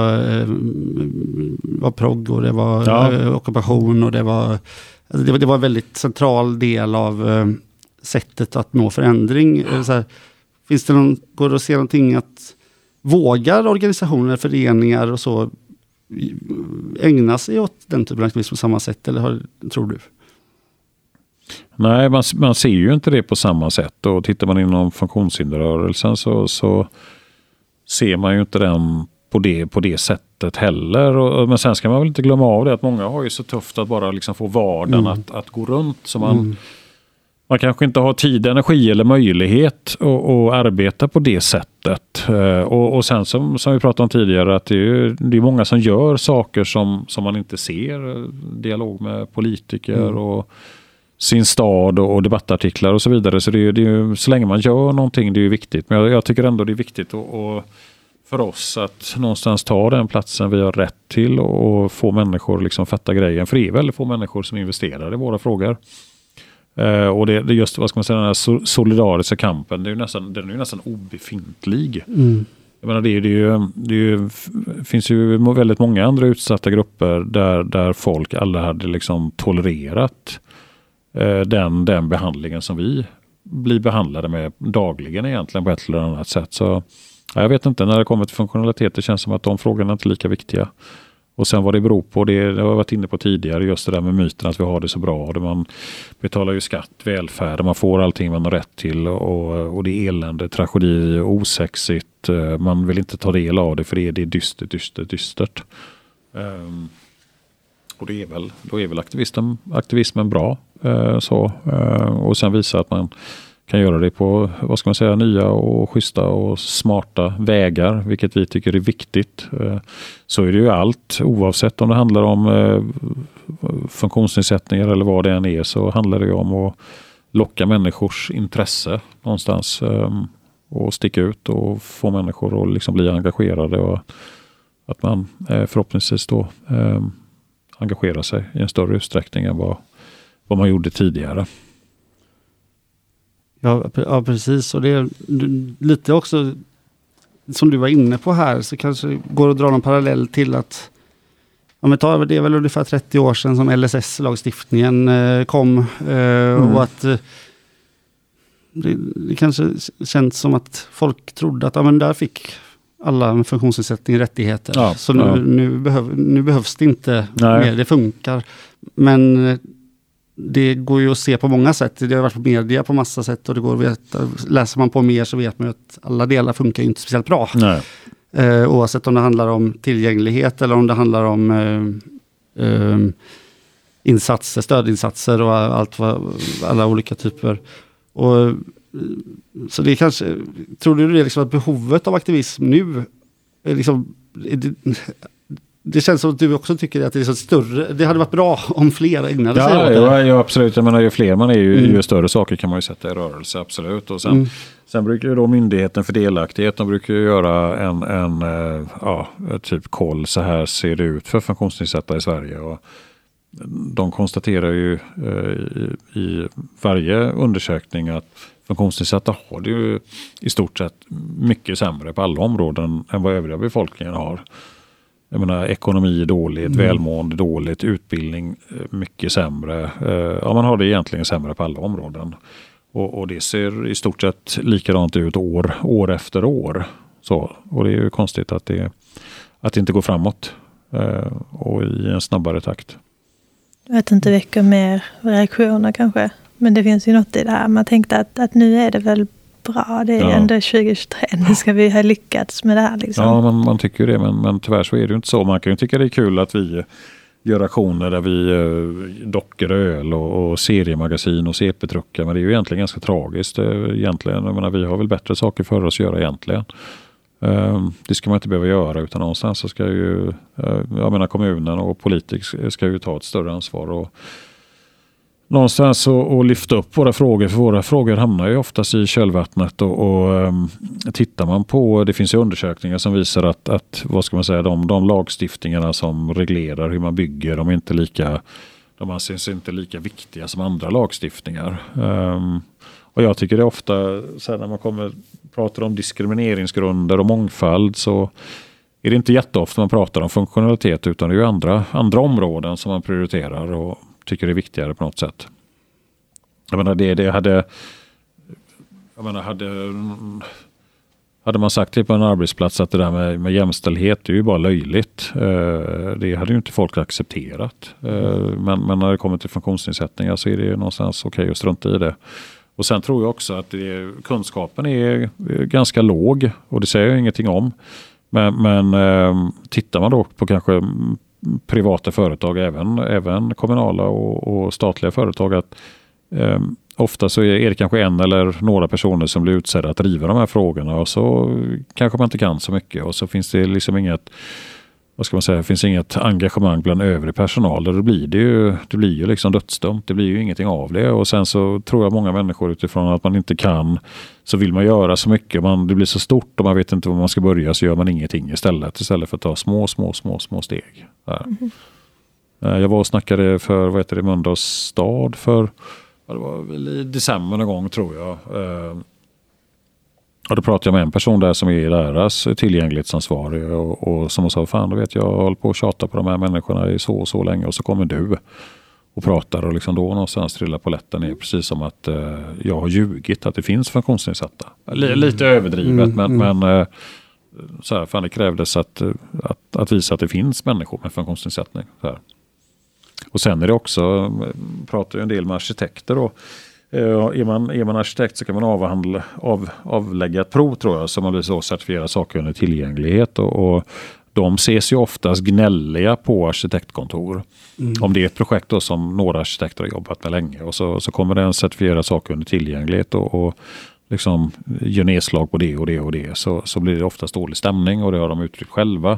Speaker 1: var progg och det var ockupation och det var en väldigt central del av sättet att nå förändring. Så här, går det att se någonting att vågar organisationer, föreningar och så ägna sig åt den typen av aktivism på samma sätt, eller tror du?
Speaker 3: Nej, man ser ju inte det på samma sätt, och tittar man inom funktionshinderrörelsen så ser man ju inte den på det sättet heller. Men sen ska man väl inte glömma av det att många har ju så tufft att bara liksom få vardagen att gå runt, så man kanske inte har tid, energi eller möjlighet att arbeta på det sättet. Och sen som vi pratade om tidigare, att det är många som gör saker som man inte ser. Dialog med politiker och sin stad och debattartiklar och så vidare. Så det är så länge man gör någonting, det är ju viktigt. Men jag tycker ändå det är viktigt och för oss att någonstans ta den platsen vi har rätt till och få människor liksom fatta grejen. För det är väldigt få människor som investerar i våra frågor. Och det är just, vad ska man säga, den här solidariska kampen, den är ju nästan obefintlig. Jag menar, det finns ju väldigt många andra utsatta grupper där folk alla hade liksom tolererat den behandlingen som vi blir behandlade med dagligen egentligen på ett eller annat sätt. Så jag vet inte, när det kommer till funktionalitet, det känns som att de frågorna inte är lika viktiga. Och sen vad det beror på, det har jag varit inne på tidigare, just det där med myten att vi har det så bra. Man betalar ju skatt, välfärd, man får allting man har rätt till, och det är elände, tragedi, osexigt. Man vill inte ta del av det för det är dystert. Och då är väl aktivismen bra. Och sen visa att man kan göra det på, vad ska man säga, nya och schyssta och smarta vägar, vilket vi tycker är viktigt. Så är det ju allt, oavsett om det handlar om funktionsnedsättningar eller vad det än är, så handlar det ju om att locka människors intresse någonstans och sticka ut och få människor att liksom bli engagerade, och att man förhoppningsvis då engagerar sig i en större utsträckning än vad man gjorde tidigare.
Speaker 1: Ja, precis. Och det är lite också som du var inne på här, så kanske går att dra någon parallell till att det är väl ungefär 30 år sedan som LSS-lagstiftningen kom, och att det kanske känns som att folk trodde att där fick alla med funktionsnedsättning rättigheter. Ja, så nu behövs det inte mer, det funkar. Men det går ju att se på många sätt. Det har varit på media på massa sätt, och det går att veta, läser man på mer så vet man att alla delar funkar ju inte speciellt bra. Oavsett om det handlar om tillgänglighet eller om det handlar om stödinsatser och alla olika typer. Och så det kanske, tror du det liksom att behovet av aktivism nu är liksom, det känns som att du också tycker att det är så större. Det hade varit bra om fler ägnade sig åt det. Ja, absolut. Jag menar, ju fler man är, ju större saker kan man ju sätta i rörelse, absolut. Och sen brukar ju då Myndigheten för delaktighet, de brukar ju göra en typ koll, så här ser det ut för funktionsnedsatta i Sverige. Och de konstaterar ju i varje undersökning att funktionsnedsatta har det ju i stort sett mycket sämre på alla områden än vad övriga befolkningen har. Jag menar, ekonomi är dåligt, välmående dåligt, utbildning mycket sämre. Man har det egentligen sämre på alla områden. Och det ser i stort sett likadant ut år efter år. Så, och det är ju konstigt att det inte går framåt och i en snabbare takt.
Speaker 2: Jag vet inte, väcker mer reaktioner kanske. Men det finns ju något i det här. Man tänkte att nu är det väl bra. Det är ändå 2023. Nu ska vi ha lyckats med det här. Liksom.
Speaker 3: Ja, man tycker ju det. Men tyvärr så är det ju inte så. Man kan ju tycka det är kul att vi gör aktioner där vi dockar öl och seriemagasin och CP-truckar. Men det är ju egentligen ganska tragiskt. Egentligen. Jag menar, vi har väl bättre saker för oss att göra egentligen. Det ska man inte behöva göra, utan någonstans så ska ju kommunen och politiker ska ju ta ett större ansvar och någonstans att lyfta upp våra frågor. För våra frågor hamnar ju oftast i kölvattnet och tittar man på, det finns ju undersökningar som visar att vad ska man säga, de lagstiftningarna som reglerar hur man bygger, de anses inte lika viktiga som andra lagstiftningar. Och jag tycker det är ofta så här, när man pratar om diskrimineringsgrunder och mångfald, så är det inte jätteofta man pratar om funktionalitet, utan det är ju andra områden som man prioriterar och tycker är viktigare på något sätt. Jag menar, hade man sagt till på en arbetsplats att det där med jämställdhet är ju bara löjligt. Det hade ju inte folk accepterat. Men när det kommer till funktionsnedsättningar så är det ju någonstans okej att strunta i det. Och sen tror jag också att kunskapen är ganska låg, och det säger jag ingenting om. Men tittar man då på kanske privata företag, även kommunala och statliga företag, att ofta så är det kanske en eller några personer som blir utsedda att driva de här frågorna, och så kanske man inte kan så mycket, och så finns det liksom inget engagemang bland övrig personal, och det blir ju liksom dödsdömt, det blir ju ingenting av det. Och sen så tror jag många människor, utifrån att man inte kan, så vill man göra så mycket, det blir så stort och man vet inte var man ska börja, så gör man ingenting istället för att ta små steg. Jag var och snackade för Mölndals stad det var väl i december någon gång, tror jag. Och då pratade jag med en person där som är deras tillgänglighetsansvarig, och som sa, fan, då vet jag håller på att tjata på de här människorna i så länge, och så kommer du och pratar, och liksom då någonstans trillar polletten ner, precis som att jag har ljugit att det finns funktionsnedsatta. Lite överdrivet, men så här, fan, det krävdes att visa att det finns människor med funktionsnedsättning. Så här. Och sen är det också, pratar ju en del med arkitekter då. Är man arkitekt så kan man avlägga ett prov, tror jag, som man blir så certifierad sakkunnig tillgänglighet, och de ses ju oftast gnälliga på arkitektkontor. Om det är ett projekt då som några arkitekter har jobbat med länge, och så kommer det en certifierad sakkunnig tillgänglighet och liksom gör nedslag på det och det och det, så blir det oftast dålig stämning, och det har de uttryckt själva.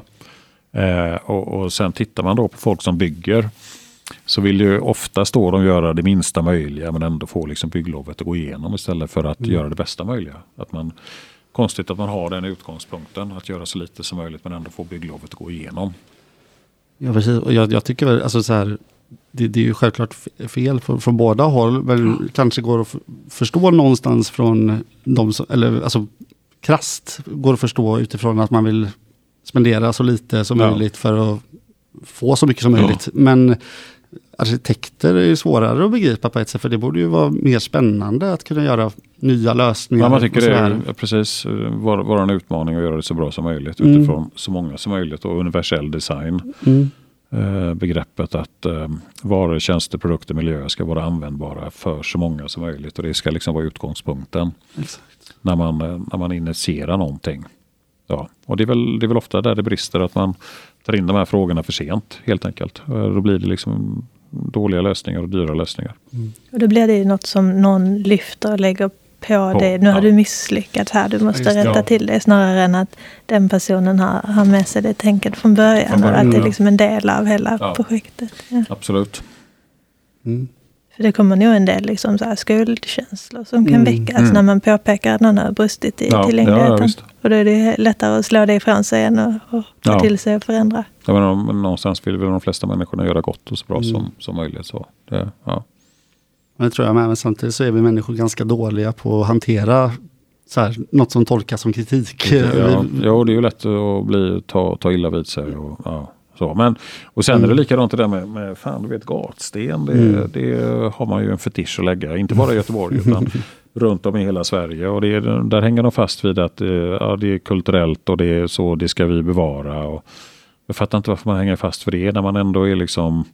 Speaker 3: Och sen tittar man då på folk som bygger, så vill ju oftast då de göra det minsta möjliga, men ändå få liksom bygglovet att gå igenom, istället för att göra det bästa möjliga. Konstigt att man har den utgångspunkten, att göra så lite som möjligt men ändå få bygglovet att gå igenom.
Speaker 1: Ja, precis. Och jag tycker väl, alltså så här, det är ju självklart fel från båda håll, men kanske går att förstå någonstans från de som, eller alltså krasst går att förstå utifrån att man vill spendera så lite som möjligt för att få så mycket som möjligt. Men arkitekter är ju svårare att begripa på ett sätt, för det borde ju vara mer spännande att kunna göra nya lösningar.
Speaker 3: Ja, man tycker det är precis vara en utmaning att göra det så bra som möjligt utifrån så många som möjligt, och universell design. Begreppet att varor, tjänster, produkter, miljöer ska vara användbara för så många som möjligt, och det ska liksom vara utgångspunkten. Exakt. När man initierar någonting. Ja, och det är väl ofta där det brister, att man tar in de här frågorna för sent, helt enkelt. Då blir det liksom dåliga lösningar och dyra lösningar.
Speaker 2: Och då blir det ju något som någon lyfter och lägger på det. Nu har du misslyckats här, du måste rätta till det, snarare än att den personen har med sig det tänket från början. Och att det är liksom en del av hela projektet. Ja.
Speaker 3: Absolut.
Speaker 2: För det kommer nog en del liksom så här skuldkänslor som kan väckas när man påpekar att någon har brustit i tillgängligheten. Och då är det lättare att slå det ifrån sig än att ta till sig och förändra.
Speaker 3: Ja, men någonstans vill väl de flesta människorna göra gott och så bra som möjligt. Så
Speaker 1: Det tror jag med, men samtidigt så är vi människor ganska dåliga på att hantera så här, något som tolkas som kritik.
Speaker 3: Ja, det är ju lätt att ta illa vid sig. Så. Och sen är det likadant det där med fan, du vet, gatsten. Det har man ju en fetisch att lägga. Inte bara i Göteborg utan runt om i hela Sverige. Och där hänger de fast vid att det är kulturellt och det är så det ska vi bevara. Och jag fattar inte varför man hänger fast för det när man ändå är liksom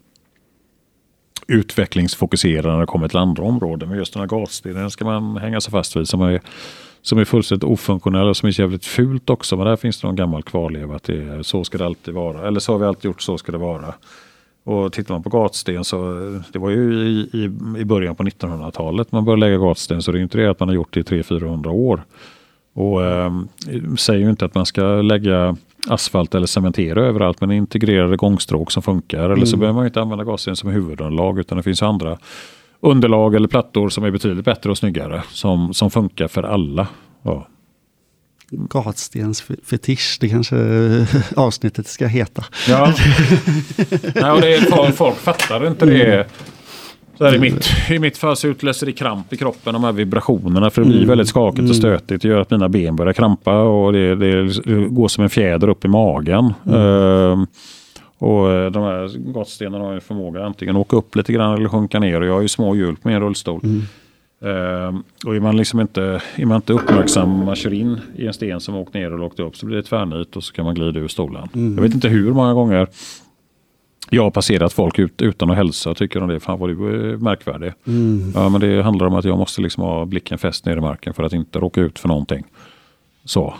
Speaker 3: utvecklingsfokuserad när det kommer till andra områden. Men just den här gatstenen ska man hänga sig fast vid som är fullständigt ofunktionell och som är jävligt fult också. Men där finns det någon gammal kvarleva att så ska det alltid vara. Eller så har vi alltid gjort, så ska det vara. Och tittar man på gatsten så det var ju i början på 1900-talet man började lägga gatsten, så det är inte det att man har gjort det i 300-400 år. Och säger ju inte att man ska lägga asfalt eller cementera överallt, men integrerade gångstråk som funkar. Eller så behöver man ju inte använda gatsten som huvudunderlag, utan det finns andra underlag eller plattor som är betydligt bättre och snyggare. Som funkar för alla. Ja.
Speaker 1: Gatstens fetisch, det kanske avsnittet ska heta.
Speaker 3: Ja. Nej, och det är, folk fattar inte det. Så här i mitt fall så utlöser det kramp i kroppen, de här vibrationerna, för det blir väldigt skakigt och stötigt. Det gör att mina ben börjar krampa och det går som en fjäder upp i magen. Och de här gatstenarna har ju förmåga antingen att åka upp lite grann eller sjunka ner, och jag har ju små hjul med en rullstol. Och är man liksom inte uppmärksam, man kör in i en sten som åkt ner och åkt upp, så blir det tvärnit och så kan man glida ur stolen. Jag vet inte hur många gånger jag har passerat folk utan att hälsa och tycker om det, fan vad du är märkvärdig. Ja, men det handlar om att jag måste liksom ha blicken fäst ner i marken för att inte råka ut för någonting. Så.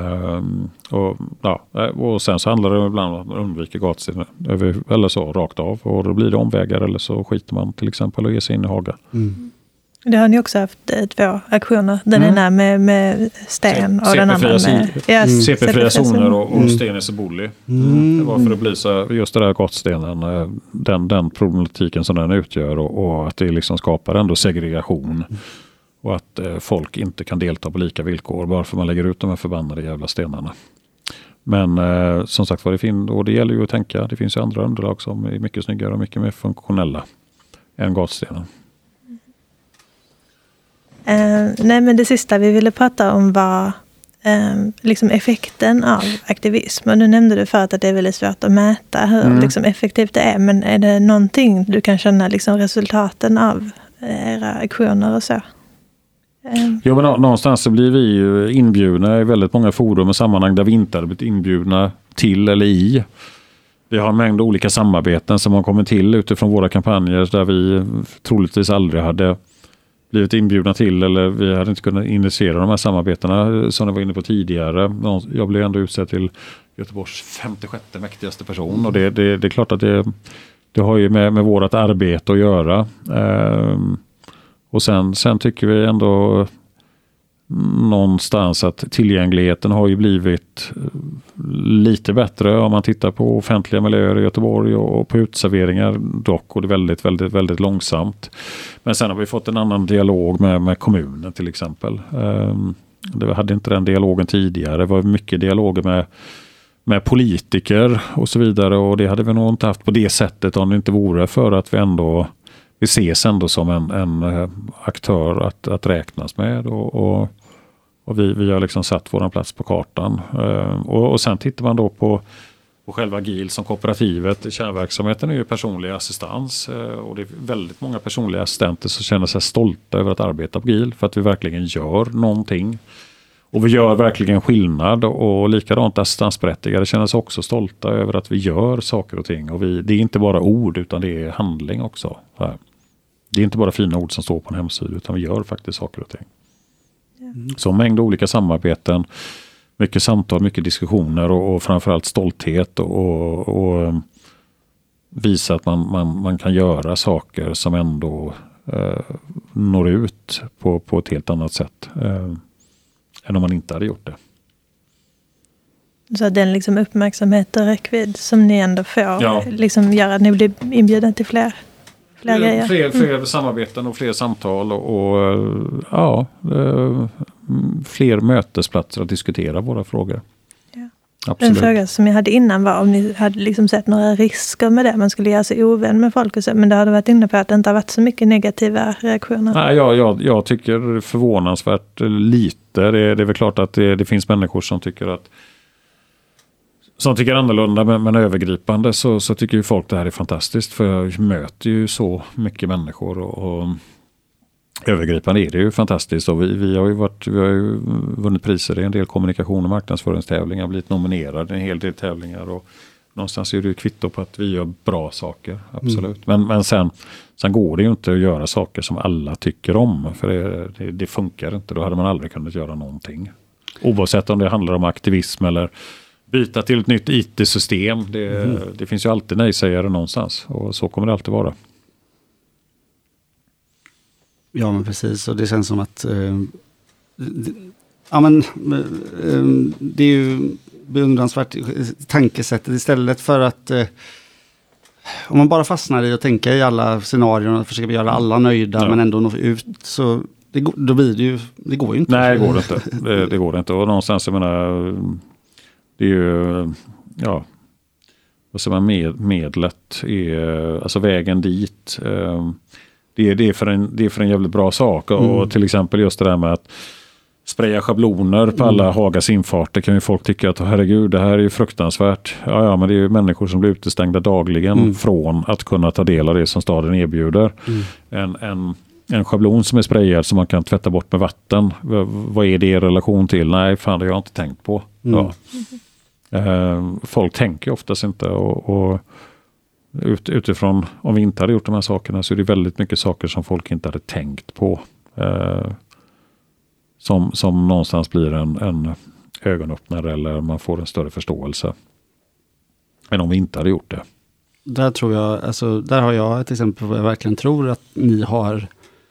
Speaker 3: Och sen så handlar det ibland om att man undviker gatstenar eller så rakt av, och då blir det omvägar, eller så skiter man till exempel och ger sig in i haga.
Speaker 2: Det har ni också haft 2 aktioner. Den ena med sten och den andra med
Speaker 3: CP-fria zoner och Stenis och Bully. Det var för att bli så just det där gatstenen, den problematiken som den utgör, och att det liksom skapar ändå segregation. Och att folk inte kan delta på lika villkor bara för man lägger ut de här förbannade jävla stenarna. Men som sagt var, och det gäller ju att tänka. Det finns ju andra underlag som är mycket snyggare och mycket mer funktionella än gatstenen.
Speaker 2: Nej, men det sista vi ville prata om var liksom effekten av aktivism. Och nu nämnde du förut att det är väldigt svårt att mäta hur liksom effektivt det är. Men är det någonting du kan känna liksom resultaten av era aktioner och så?
Speaker 3: Ja, men någonstans så blir vi ju inbjudna i väldigt många forum och sammanhang där vi inte hade blivit inbjudna till eller i. Vi har en mängd olika samarbeten som har kommit till utifrån våra kampanjer där vi troligtvis aldrig hade blivit inbjudna till, eller vi hade inte kunnat initiera de här samarbetena som jag var inne på tidigare. Jag blev ändå utsedd till Göteborgs 56 mäktigaste person, och det är klart att det har ju med vårt arbete att göra. Och sen tycker vi ändå någonstans att tillgängligheten har ju blivit lite bättre om man tittar på offentliga miljöer i Göteborg och på utserveringar dock, och det är väldigt, väldigt, väldigt långsamt. Men sen har vi fått en annan dialog med kommunen till exempel. Vi hade inte den dialogen tidigare. Det var mycket dialoger med politiker och så vidare, och det hade vi nog inte haft på det sättet om det inte vore för att vi ses ändå som en aktör att räknas med, och vi har liksom satt våran plats på kartan. Och sen tittar man då på själva GIL som kooperativet. Kärnverksamheten är ju personlig assistans, och det är väldigt många personliga assistenter som känner sig stolta över att arbeta på GIL för att vi verkligen gör någonting. Och vi gör verkligen skillnad, och likadant assistansberättigade känner sig också stolta över att vi gör saker och ting. Och det är inte bara ord utan det är handling också. Det är inte bara fina ord som står på en hemsida, utan vi gör faktiskt saker och ting. Så en mängd olika samarbeten, mycket samtal, mycket diskussioner och framförallt stolthet och visa att man kan göra saker som ändå når ut på ett helt annat sätt än om man inte hade gjort det.
Speaker 2: Så den liksom uppmärksamhet och räckvidd som ni ändå får liksom gör att ni blir inbjudna till fler grejer.
Speaker 3: Fler samarbeten och fler samtal och fler mötesplatser att diskutera våra frågor.
Speaker 2: Ja.
Speaker 3: Absolut.
Speaker 2: En fråga som jag hade innan var om ni hade liksom sett några risker med det. Man skulle göra sig ovän med folk och så, men det hade varit inne på att det inte har varit så mycket negativa reaktioner.
Speaker 3: Nej, jag tycker förvånansvärt lite. Det är väl klart att det finns människor som tycker annorlunda, men övergripande så tycker ju folk det här är fantastiskt, för jag möter ju så mycket människor och övergripande är det ju fantastiskt, och vi har ju vunnit priser i en del kommunikation- och marknadsföringstävlingar, blivit nominerade i en hel del tävlingar, och någonstans är det ju kvitto på att vi gör bra saker, absolut. Men sen går det ju inte att göra saker som alla tycker om, för det funkar inte, då hade man aldrig kunnat göra någonting. Oavsett om det handlar om aktivism eller byta till ett nytt IT-system. Det finns ju alltid nej-sägare någonstans. Och så kommer det alltid vara.
Speaker 1: Ja, men precis. Och det känns som att det är ju beundransvärt tankesättet. Istället för att Om man bara fastnar i att tänka i alla scenarier och försöka göra alla nöjda men ändå nå ut, så då blir det ju, det går ju inte.
Speaker 3: Nej, det går inte. Det går inte. Och någonstans, jag menar, det är ju, ja, vad säger man, medlet är, alltså vägen dit, det är för en jävligt bra sak. Och till exempel just det där med att spraya schabloner på alla Hagas infarter, kan ju folk tycka att herregud, det här är ju fruktansvärt. Ja, men det är ju människor som blir utestängda dagligen från att kunna ta del av det som staden erbjuder. En schablon som är sprayad som man kan tvätta bort med vatten. Vad är det i relation till? Nej, fan, det har jag inte tänkt på. Ja. Folk tänker oftast inte, och utifrån, om vi inte hade gjort de här sakerna, så är det väldigt mycket saker som folk inte hade tänkt på. Som någonstans blir en ögonöppnare, eller man får en större förståelse än om vi inte hade gjort det.
Speaker 1: Där tror jag, alltså där har jag ett exempel på jag verkligen tror att ni har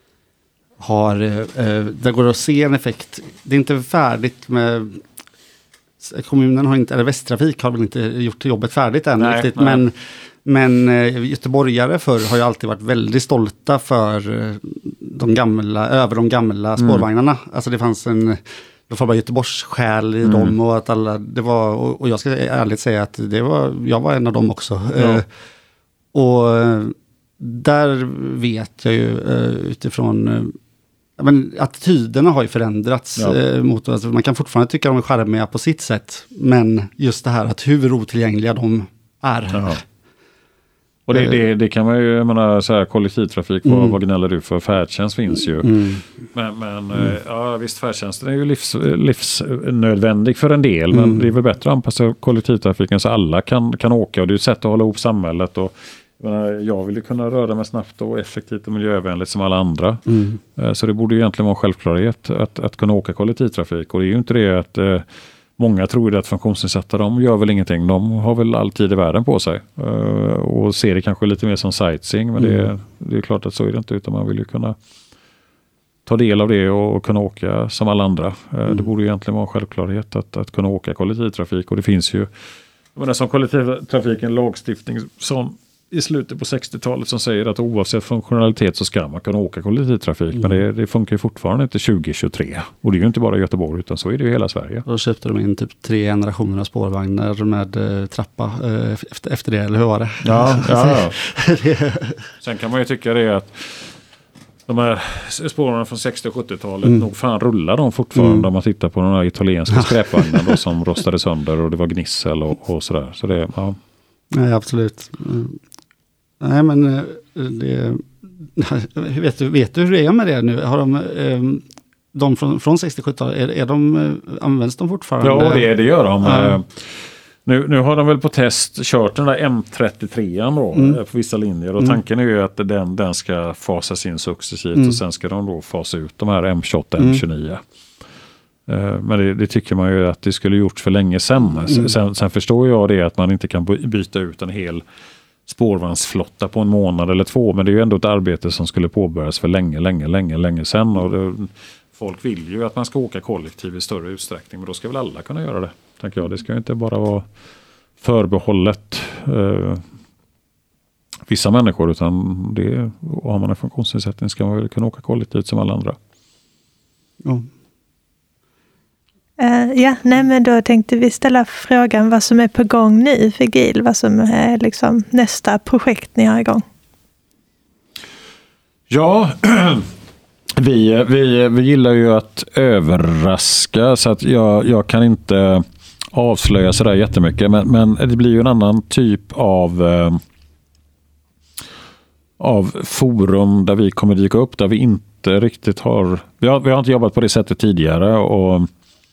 Speaker 1: där går att se en effekt. Det är inte färdigt med kommunen har inte, eller Västtrafik har väl inte gjort jobbet färdigt än riktigt, men göteborgare förr har ju alltid varit väldigt stolta för de gamla spårvagnarna. Alltså det fanns det var bara Göteborgs själ i dem, och att alla, det var, och jag ska ärligt säga att jag var en av dem också. Och där vet jag ju utifrån men attityderna har ju förändrats mot, alltså man kan fortfarande tycka de är charmiga på sitt sätt, men just det här att hur otillgängliga de är. Ja.
Speaker 3: Och det kan man ju, jag menar, så här, kollektivtrafik, vad gnäller du för? Färdtjänst finns ju. Men ja, visst, färdtjänsten är ju livsnödvändig för en del, men det är väl bättre att anpassa kollektivtrafiken så alla kan åka, och det är ett sätt att hålla ihop samhället. Och jag vill ju kunna röra mig snabbt och effektivt och miljövänligt som alla andra. Så det borde ju egentligen vara en självklarhet att kunna åka kollektivtrafik. Och det är ju inte det att många tror att funktionsnedsatta, de gör väl ingenting. De har väl all tid i världen på sig. Och ser det kanske lite mer som sightseeing. Men det är klart att så är det inte, utan man vill ju kunna ta del av det och kunna åka som alla andra. Det borde ju egentligen vara en självklarhet att kunna åka kollektivtrafik. Och det finns ju, jag menar, som kollektivtrafiken lagstiftning som i slutet på 60-talet som säger att oavsett funktionalitet så ska man kunna åka kollektivtrafik. Men det funkar ju fortfarande inte 2023. Och det är ju inte bara Göteborg, utan så är det ju hela Sverige.
Speaker 1: Då köpte de in typ 3 generationer av spårvagnar med trappa efter det, eller hur var det?
Speaker 3: Ja. Sen kan man ju tycka det att de här spåren från 60- och 70-talet, nog fan rullar de fortfarande om man tittar på den här italienska skräpvagnen då, som rostade sönder och det var gnissel och sådär. Så det, ja.
Speaker 1: Nej, absolut. Nej, men vet du hur det är med det nu? Har de från 60-70-talet, används de fortfarande?
Speaker 3: Ja, det gör de. Nu har de väl på test kört den där M33 då, på vissa linjer, och tanken är ju att den ska fasas in successivt och sen ska de då fasa ut de här M28, M29. Men det tycker man ju att det skulle gjorts för länge sedan. Sen förstår jag det att man inte kan byta ut en hel spårvagnsflotta på en månad eller 2, men det är ju ändå ett arbete som skulle påbörjas för länge sedan, och folk vill ju att man ska åka kollektiv i större utsträckning, men då ska väl alla kunna göra det, tänker jag. Det ska ju inte bara vara förbehållet vissa människor, utan har man en funktionsnedsättning ska man väl kunna åka kollektivt som alla andra.
Speaker 2: Men då tänkte vi ställa frågan vad som är på gång nu för GIL, vad som är liksom nästa projekt ni har igång.
Speaker 3: Ja, vi gillar ju att överraska, så att jag kan inte avslöja sådär jättemycket, men det blir ju en annan typ av forum där vi kommer dyka upp, där vi inte riktigt har, vi har inte jobbat på det sättet tidigare, och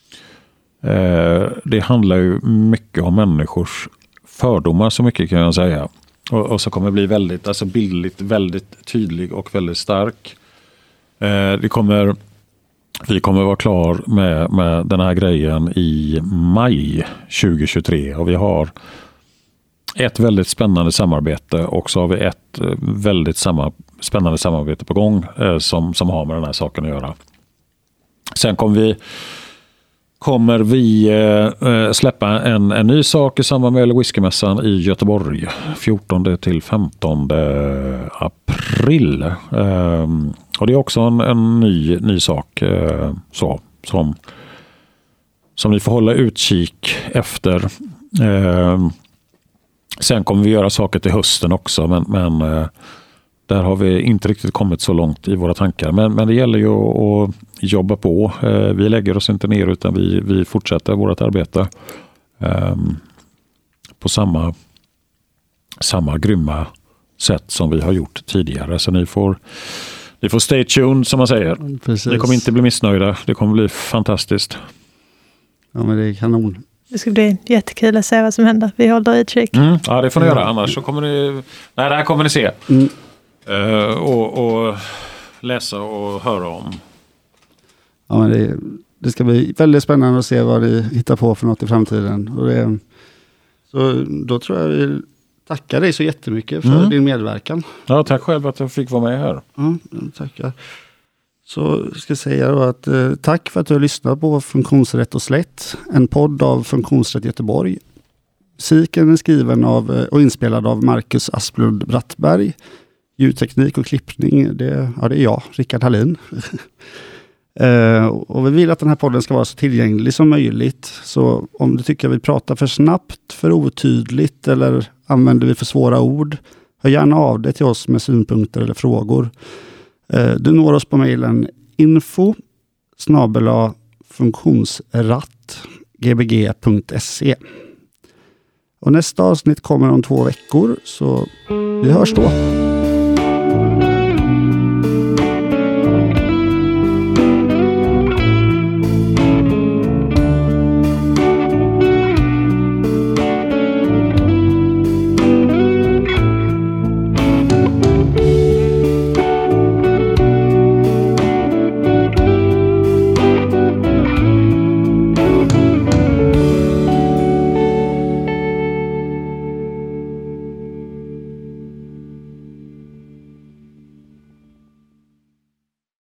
Speaker 3: det handlar ju mycket om människors fördomar, så mycket kan jag säga. Och så kommer det bli väldigt, alltså bildligt, väldigt tydlig och väldigt stark. Vi kommer vara klar med den här grejen i maj 2023, och vi har ett väldigt spännande samarbete, och så har vi ett väldigt spännande samarbete på gång som har med den här saken att göra. Sen kommer vi kommer vi släppa en ny sak i samband med whiskymässan i Göteborg 14 till 15 april. Och det är också en ny sak som ni får hålla utkik efter. Sen kommer vi göra saker till hösten också, men där har vi inte riktigt kommit så långt i våra tankar. Men det gäller ju att jobba på. Vi lägger oss inte ner, utan vi fortsätter vårt arbete på samma grymma sätt som vi har gjort tidigare. Så ni får stay tuned, som man säger.
Speaker 1: Precis.
Speaker 3: Ni kommer inte bli missnöjda. Det kommer bli fantastiskt.
Speaker 1: Ja, men det är kanon.
Speaker 2: Det ska bli jättekul att se vad som händer. Vi håller utkik.
Speaker 3: Ja, det får ni göra. Annars så kommer ni... Nej, det här kommer ni se. Och läsa och höra om.
Speaker 1: Ja, men det ska bli väldigt spännande att se vad ni hittar på för något i framtiden. Och så då tror jag vi tackar dig så jättemycket för din medverkan.
Speaker 3: Ja, tack själv att jag fick vara med här.
Speaker 1: Ja, tackar. Så ska jag säga då att tack för att du har lyssnat på Funktionsrätt och slätt, en podd av Funktionsrätt Göteborg. Musiken är skriven och inspelad av Marcus Asplund Brattberg. Ljudteknik och klippning, det är jag, Rickard Hallin. Och vi vill att den här podden ska vara så tillgänglig som möjligt. Så om du tycker att vi pratar för snabbt, för otydligt eller använder vi för svåra ord, hör gärna av dig till oss med synpunkter eller frågor. Du når oss på mejlen info@funktionsrattgbg.se. Och nästa avsnitt kommer om 2 veckor, så vi hörs då.